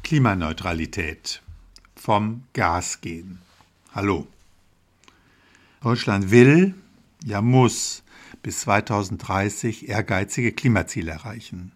Klimaneutralität. Vom Gas gehen. Hallo. Deutschland will, ja muss, bis 2030 ehrgeizige Klimaziele erreichen.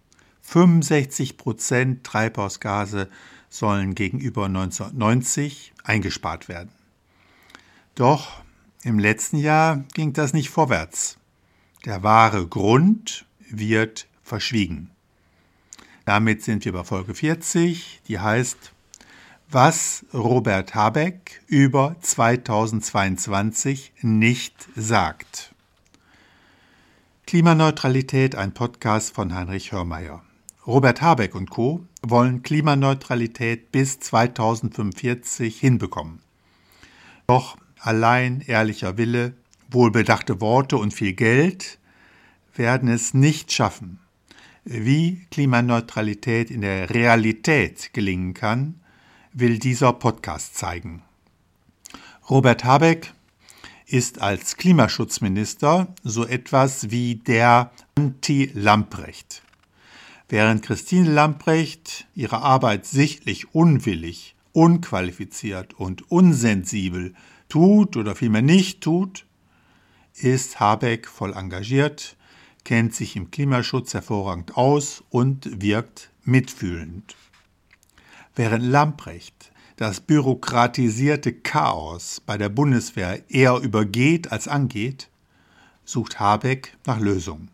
65% Treibhausgase sollen gegenüber 1990 eingespart werden. Doch im letzten Jahr ging das nicht vorwärts. Der wahre Grund wird verschwiegen. Damit sind wir bei Folge 40, die heißt, was Robert Habeck über 2022 nicht sagt. Klimaneutralität, ein Podcast von Heinrich Hörmeier. Robert Habeck und Co. wollen Klimaneutralität bis 2045 hinbekommen. Doch allein ehrlicher Wille, wohlbedachte Worte und viel Geld werden es nicht schaffen. Wie Klimaneutralität in der Realität gelingen kann, will dieser Podcast zeigen. Robert Habeck ist als Klimaschutzminister so etwas wie der Anti-Lambrecht. Während Christine Lambrecht ihre Arbeit sichtlich unwillig, unqualifiziert und unsensibel tut oder vielmehr nicht tut, ist Habeck voll engagiert, kennt sich im Klimaschutz hervorragend aus und wirkt mitfühlend. Während Lambrecht das bürokratisierte Chaos bei der Bundeswehr eher übergeht als angeht, sucht Habeck nach Lösungen.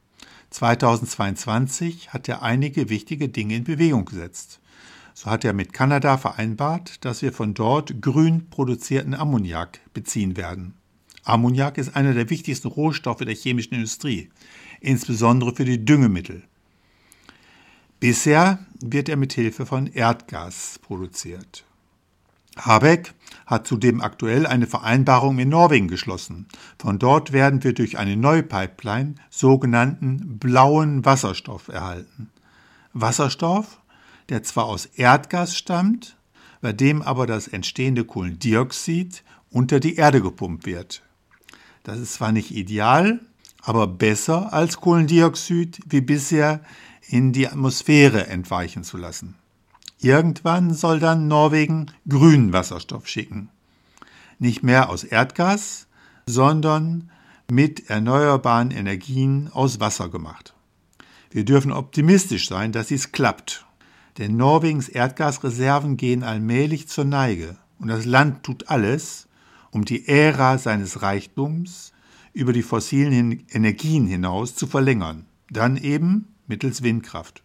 2022 hat er einige wichtige Dinge in Bewegung gesetzt. So hat er mit Kanada vereinbart, dass wir von dort grün produzierten Ammoniak beziehen werden. Ammoniak ist einer der wichtigsten Rohstoffe der chemischen Industrie, insbesondere für die Düngemittel. Bisher wird er mit Hilfe von Erdgas produziert. Habeck hat zudem aktuell eine Vereinbarung mit Norwegen geschlossen. Von dort werden wir durch eine neue Pipeline sogenannten blauen Wasserstoff erhalten. Wasserstoff, der zwar aus Erdgas stammt, bei dem aber das entstehende Kohlendioxid unter die Erde gepumpt wird. Das ist zwar nicht ideal, aber besser als Kohlendioxid wie bisher in die Atmosphäre entweichen zu lassen. Irgendwann soll dann Norwegen grünen Wasserstoff schicken. Nicht mehr aus Erdgas, sondern mit erneuerbaren Energien aus Wasser gemacht. Wir dürfen optimistisch sein, dass dies klappt. Denn Norwegens Erdgasreserven gehen allmählich zur Neige und das Land tut alles, um die Ära seines Reichtums über die fossilen Energien hinaus zu verlängern, dann eben mittels Windkraft.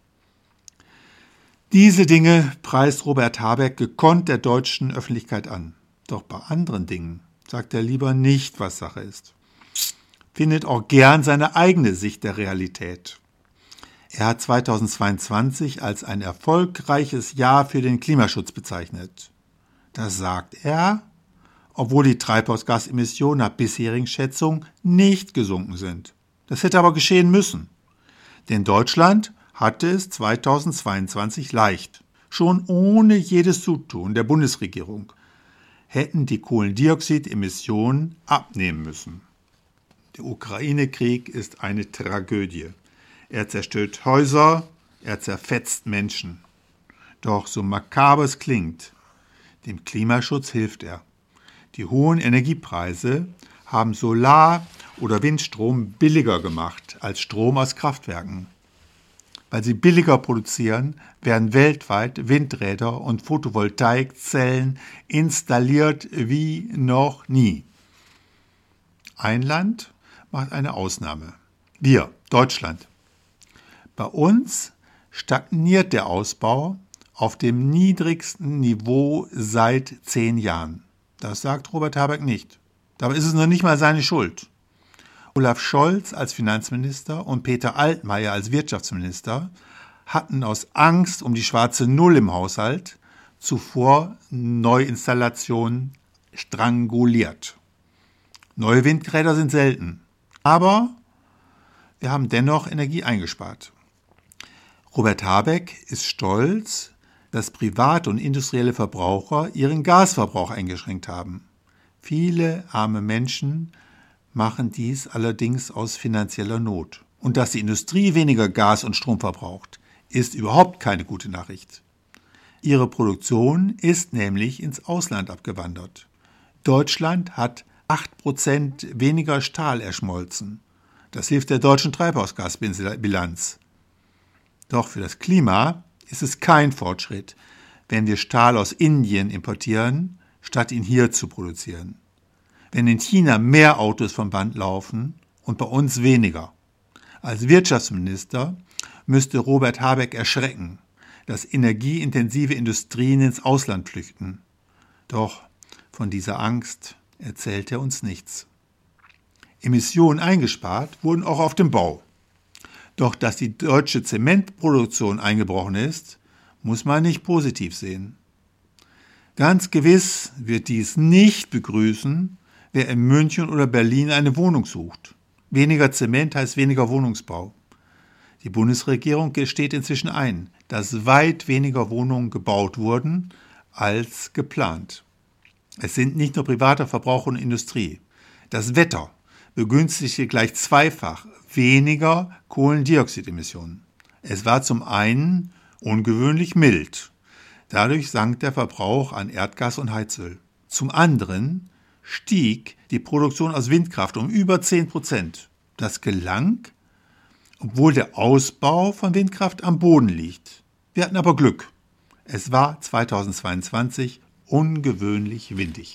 Diese Dinge preist Robert Habeck gekonnt der deutschen Öffentlichkeit an. Doch bei anderen Dingen sagt er lieber nicht, was Sache ist. Findet auch gern seine eigene Sicht der Realität. Er hat 2022 als ein erfolgreiches Jahr für den Klimaschutz bezeichnet. Das sagt er, obwohl die Treibhausgasemissionen nach bisherigen Schätzungen nicht gesunken sind. Das hätte aber geschehen müssen. Denn Deutschland hatte es 2022 leicht. Schon ohne jedes Zutun der Bundesregierung hätten die Kohlendioxidemissionen abnehmen müssen. Der Ukraine-Krieg ist eine Tragödie. Er zerstört Häuser, er zerfetzt Menschen. Doch so makaber es klingt, dem Klimaschutz hilft er. Die hohen Energiepreise haben Solar- oder Windstrom billiger gemacht als Strom aus Kraftwerken. Weil sie billiger produzieren, werden weltweit Windräder und Photovoltaikzellen installiert wie noch nie. Ein Land macht eine Ausnahme. Wir, Deutschland. Bei uns stagniert der Ausbau auf dem niedrigsten Niveau seit 10 Jahren. Das sagt Robert Habeck nicht. Dabei ist es noch nicht mal seine Schuld. Olaf Scholz als Finanzminister und Peter Altmaier als Wirtschaftsminister hatten aus Angst um die schwarze Null im Haushalt zuvor Neuinstallationen stranguliert. Neue Windräder sind selten, aber wir haben dennoch Energie eingespart. Robert Habeck ist stolz, dass private und industrielle Verbraucher ihren Gasverbrauch eingeschränkt haben. Viele arme Menschen machen dies allerdings aus finanzieller Not. Und dass die Industrie weniger Gas und Strom verbraucht, ist überhaupt keine gute Nachricht. Ihre Produktion ist nämlich ins Ausland abgewandert. Deutschland hat 8% weniger Stahl erschmolzen. Das hilft der deutschen Treibhausgasbilanz. Doch für das Klima ist es kein Fortschritt, wenn wir Stahl aus Indien importieren, statt ihn hier zu produzieren. Wenn in China mehr Autos vom Band laufen und bei uns weniger. Als Wirtschaftsminister müsste Robert Habeck erschrecken, dass energieintensive Industrien ins Ausland flüchten. Doch von dieser Angst erzählt er uns nichts. Emissionen eingespart wurden auch auf dem Bau. Doch dass die deutsche Zementproduktion eingebrochen ist, muss man nicht positiv sehen. Ganz gewiss wird dies nicht begrüßen, wer in München oder Berlin eine Wohnung sucht. Weniger Zement heißt weniger Wohnungsbau. Die Bundesregierung gesteht inzwischen ein, dass weit weniger Wohnungen gebaut wurden als geplant. Es sind nicht nur privater Verbrauch und Industrie. Das Wetter begünstigte gleich zweifach weniger Kohlendioxidemissionen. Es war zum einen ungewöhnlich mild. Dadurch sank der Verbrauch an Erdgas und Heizöl. Zum anderen stieg die Produktion aus Windkraft um über 10%. Das gelang, obwohl der Ausbau von Windkraft am Boden liegt. Wir hatten aber Glück. Es war 2022 ungewöhnlich windig.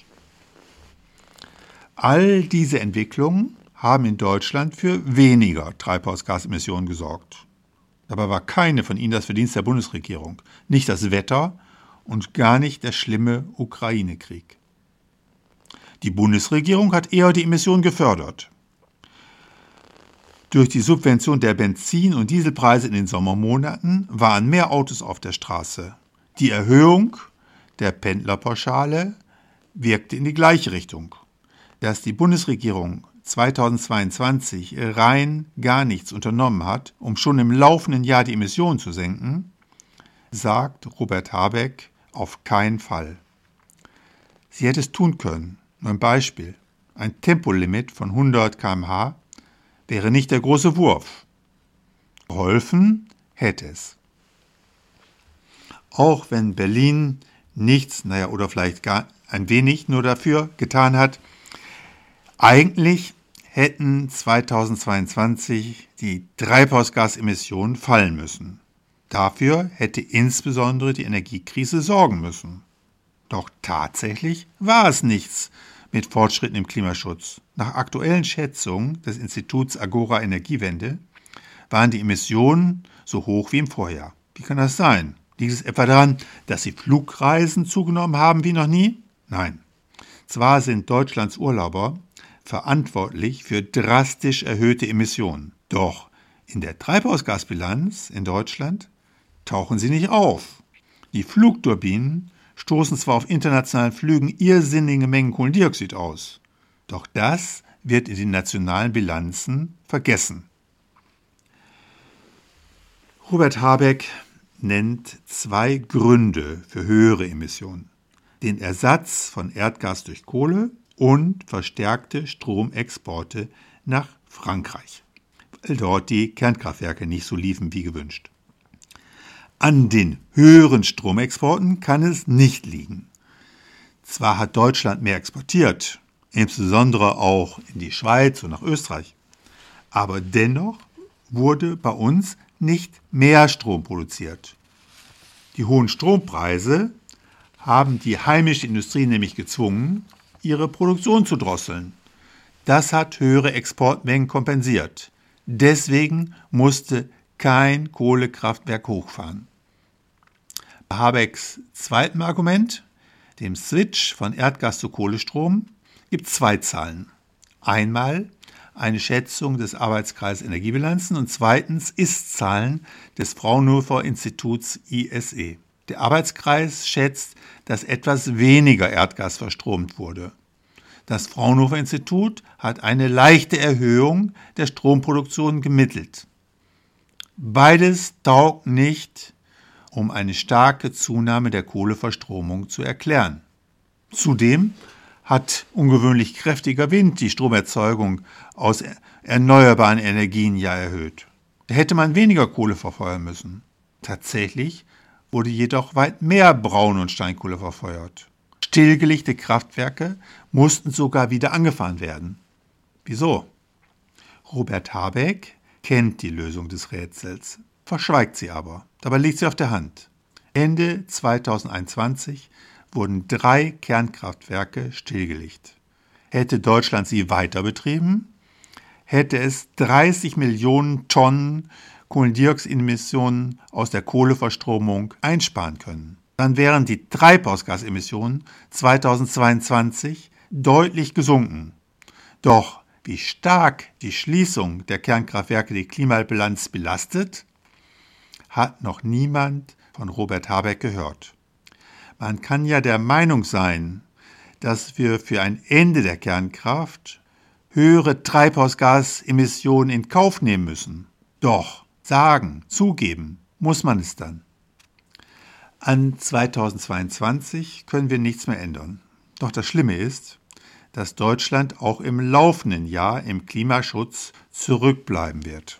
All diese Entwicklungen haben in Deutschland für weniger Treibhausgasemissionen gesorgt. Dabei war keine von ihnen das Verdienst der Bundesregierung, nicht das Wetter und gar nicht der schlimme Ukraine-Krieg. Die Bundesregierung hat eher die Emissionen gefördert. Durch die Subvention der Benzin- und Dieselpreise in den Sommermonaten waren mehr Autos auf der Straße. Die Erhöhung der Pendlerpauschale wirkte in die gleiche Richtung. Dass die Bundesregierung 2022 rein gar nichts unternommen hat, um schon im laufenden Jahr die Emissionen zu senken, sagt Robert Habeck auf keinen Fall. Sie hätte es tun können. Nur ein Beispiel. Ein Tempolimit von 100 km/h wäre nicht der große Wurf. Geholfen hätte es. Auch wenn Berlin nichts, oder vielleicht gar ein wenig nur dafür getan hat, eigentlich hätten 2022 die Treibhausgasemissionen fallen müssen. Dafür hätte insbesondere die Energiekrise sorgen müssen. Doch tatsächlich war es nichts mit Fortschritten im Klimaschutz. Nach aktuellen Schätzungen des Instituts Agora Energiewende waren die Emissionen so hoch wie im Vorjahr. Wie kann das sein? Liegt es etwa daran, dass die Flugreisen zugenommen haben wie noch nie? Nein. Zwar sind Deutschlands Urlauber verantwortlich für drastisch erhöhte Emissionen. Doch in der Treibhausgasbilanz in Deutschland tauchen sie nicht auf. Die Flugturbinen stoßen zwar auf internationalen Flügen irrsinnige Mengen Kohlendioxid aus, doch das wird in den nationalen Bilanzen vergessen. Robert Habeck nennt 2 Gründe für höhere Emissionen: den Ersatz von Erdgas durch Kohle und verstärkte Stromexporte nach Frankreich, weil dort die Kernkraftwerke nicht so liefen wie gewünscht. An den höheren Stromexporten kann es nicht liegen. Zwar hat Deutschland mehr exportiert, insbesondere auch in die Schweiz und nach Österreich, aber dennoch wurde bei uns nicht mehr Strom produziert. Die hohen Strompreise haben die heimische Industrie nämlich gezwungen, ihre Produktion zu drosseln. Das hat höhere Exportmengen kompensiert. Deswegen musste kein Kohlekraftwerk hochfahren. Bei Habecks zweitem Argument, dem Switch von Erdgas zu Kohlestrom, gibt es 2 Zahlen. Einmal eine Schätzung des Arbeitskreises Energiebilanzen und zweitens Ist-Zahlen des Fraunhofer Instituts ISE. Der Arbeitskreis schätzt, dass etwas weniger Erdgas verstromt wurde. Das Fraunhofer Institut hat eine leichte Erhöhung der Stromproduktion gemittelt. Beides taugt nicht, um eine starke Zunahme der Kohleverstromung zu erklären. Zudem hat ungewöhnlich kräftiger Wind die Stromerzeugung aus erneuerbaren Energien ja erhöht. Da hätte man weniger Kohle verfeuern müssen. Tatsächlich wurde jedoch weit mehr Braun- und Steinkohle verfeuert. Stillgelegte Kraftwerke mussten sogar wieder angefahren werden. Wieso? Robert Habeck kennt die Lösung des Rätsels, verschweigt sie aber. Dabei liegt sie auf der Hand. Ende 2021 wurden 3 Kernkraftwerke stillgelegt. Hätte Deutschland sie weiter betrieben, hätte es 30 Millionen Tonnen Kohlendioxidemissionen aus der Kohleverstromung einsparen können. Dann wären die Treibhausgasemissionen 2022 deutlich gesunken. Doch wie stark die Schließung der Kernkraftwerke die Klimabilanz belastet, hat noch niemand von Robert Habeck gehört. Man kann ja der Meinung sein, dass wir für ein Ende der Kernkraft höhere Treibhausgasemissionen in Kauf nehmen müssen. Doch sagen, zugeben muss man es dann. An 2022 können wir nichts mehr ändern. Doch das Schlimme ist, dass Deutschland auch im laufenden Jahr im Klimaschutz zurückbleiben wird.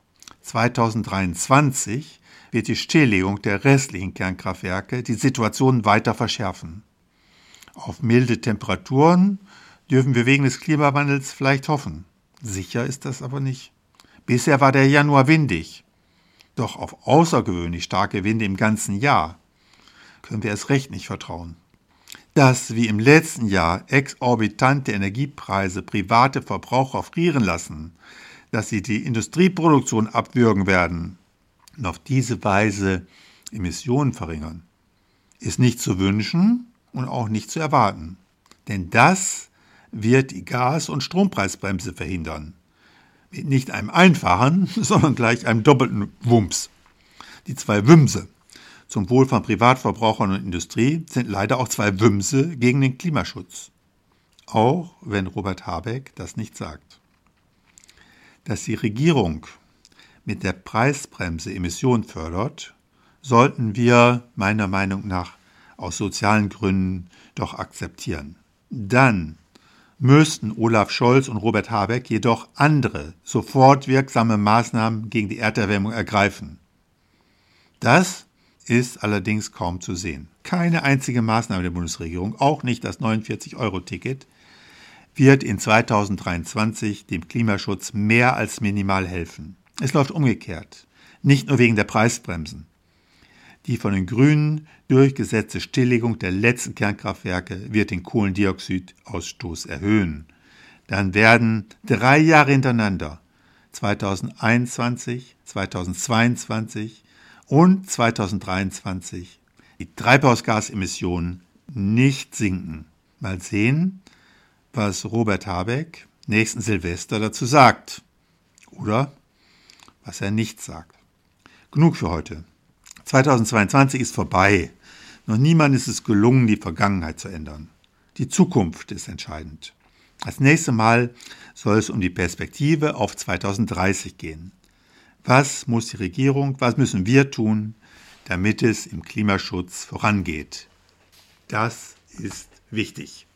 2023 wird die Stilllegung der restlichen Kernkraftwerke die Situation weiter verschärfen. Auf milde Temperaturen dürfen wir wegen des Klimawandels vielleicht hoffen. Sicher ist das aber nicht. Bisher war der Januar windig. Doch auf außergewöhnlich starke Winde im ganzen Jahr können wir erst recht nicht vertrauen. Dass wie im letzten Jahr exorbitante Energiepreise private Verbraucher frieren lassen, dass sie die Industrieproduktion abwürgen werden und auf diese Weise Emissionen verringern, ist nicht zu wünschen und auch nicht zu erwarten. Denn das wird die Gas- und Strompreisbremse verhindern. Mit nicht einem einfachen, sondern gleich einem doppelten Wumms. Die 2 Wümse zum Wohl von Privatverbrauchern und Industrie sind leider auch 2 Wümse gegen den Klimaschutz. Auch wenn Robert Habeck das nicht sagt. Dass die Regierung mit der Preisbremse Emissionen fördert, sollten wir meiner Meinung nach aus sozialen Gründen doch akzeptieren. Dann müssten Olaf Scholz und Robert Habeck jedoch andere, sofort wirksame Maßnahmen gegen die Erderwärmung ergreifen. Das ist allerdings kaum zu sehen. Keine einzige Maßnahme der Bundesregierung, auch nicht das 49-Euro-Ticket, wird in 2023 dem Klimaschutz mehr als minimal helfen. Es läuft umgekehrt, nicht nur wegen der Preisbremsen. Die von den Grünen durchgesetzte Stilllegung der letzten Kernkraftwerke wird den Kohlendioxidausstoß erhöhen. Dann werden 3 Jahre hintereinander, 2021, 2022 und 2023, die Treibhausgasemissionen nicht sinken. Mal sehen, was Robert Habeck nächsten Silvester dazu sagt. Oder was er nicht sagt. Genug für heute. 2022 ist vorbei. Noch niemand ist es gelungen, die Vergangenheit zu ändern. Die Zukunft ist entscheidend. Das nächste Mal soll es um die Perspektive auf 2030 gehen. Was muss die Regierung, was müssen wir tun, damit es im Klimaschutz vorangeht? Das ist wichtig.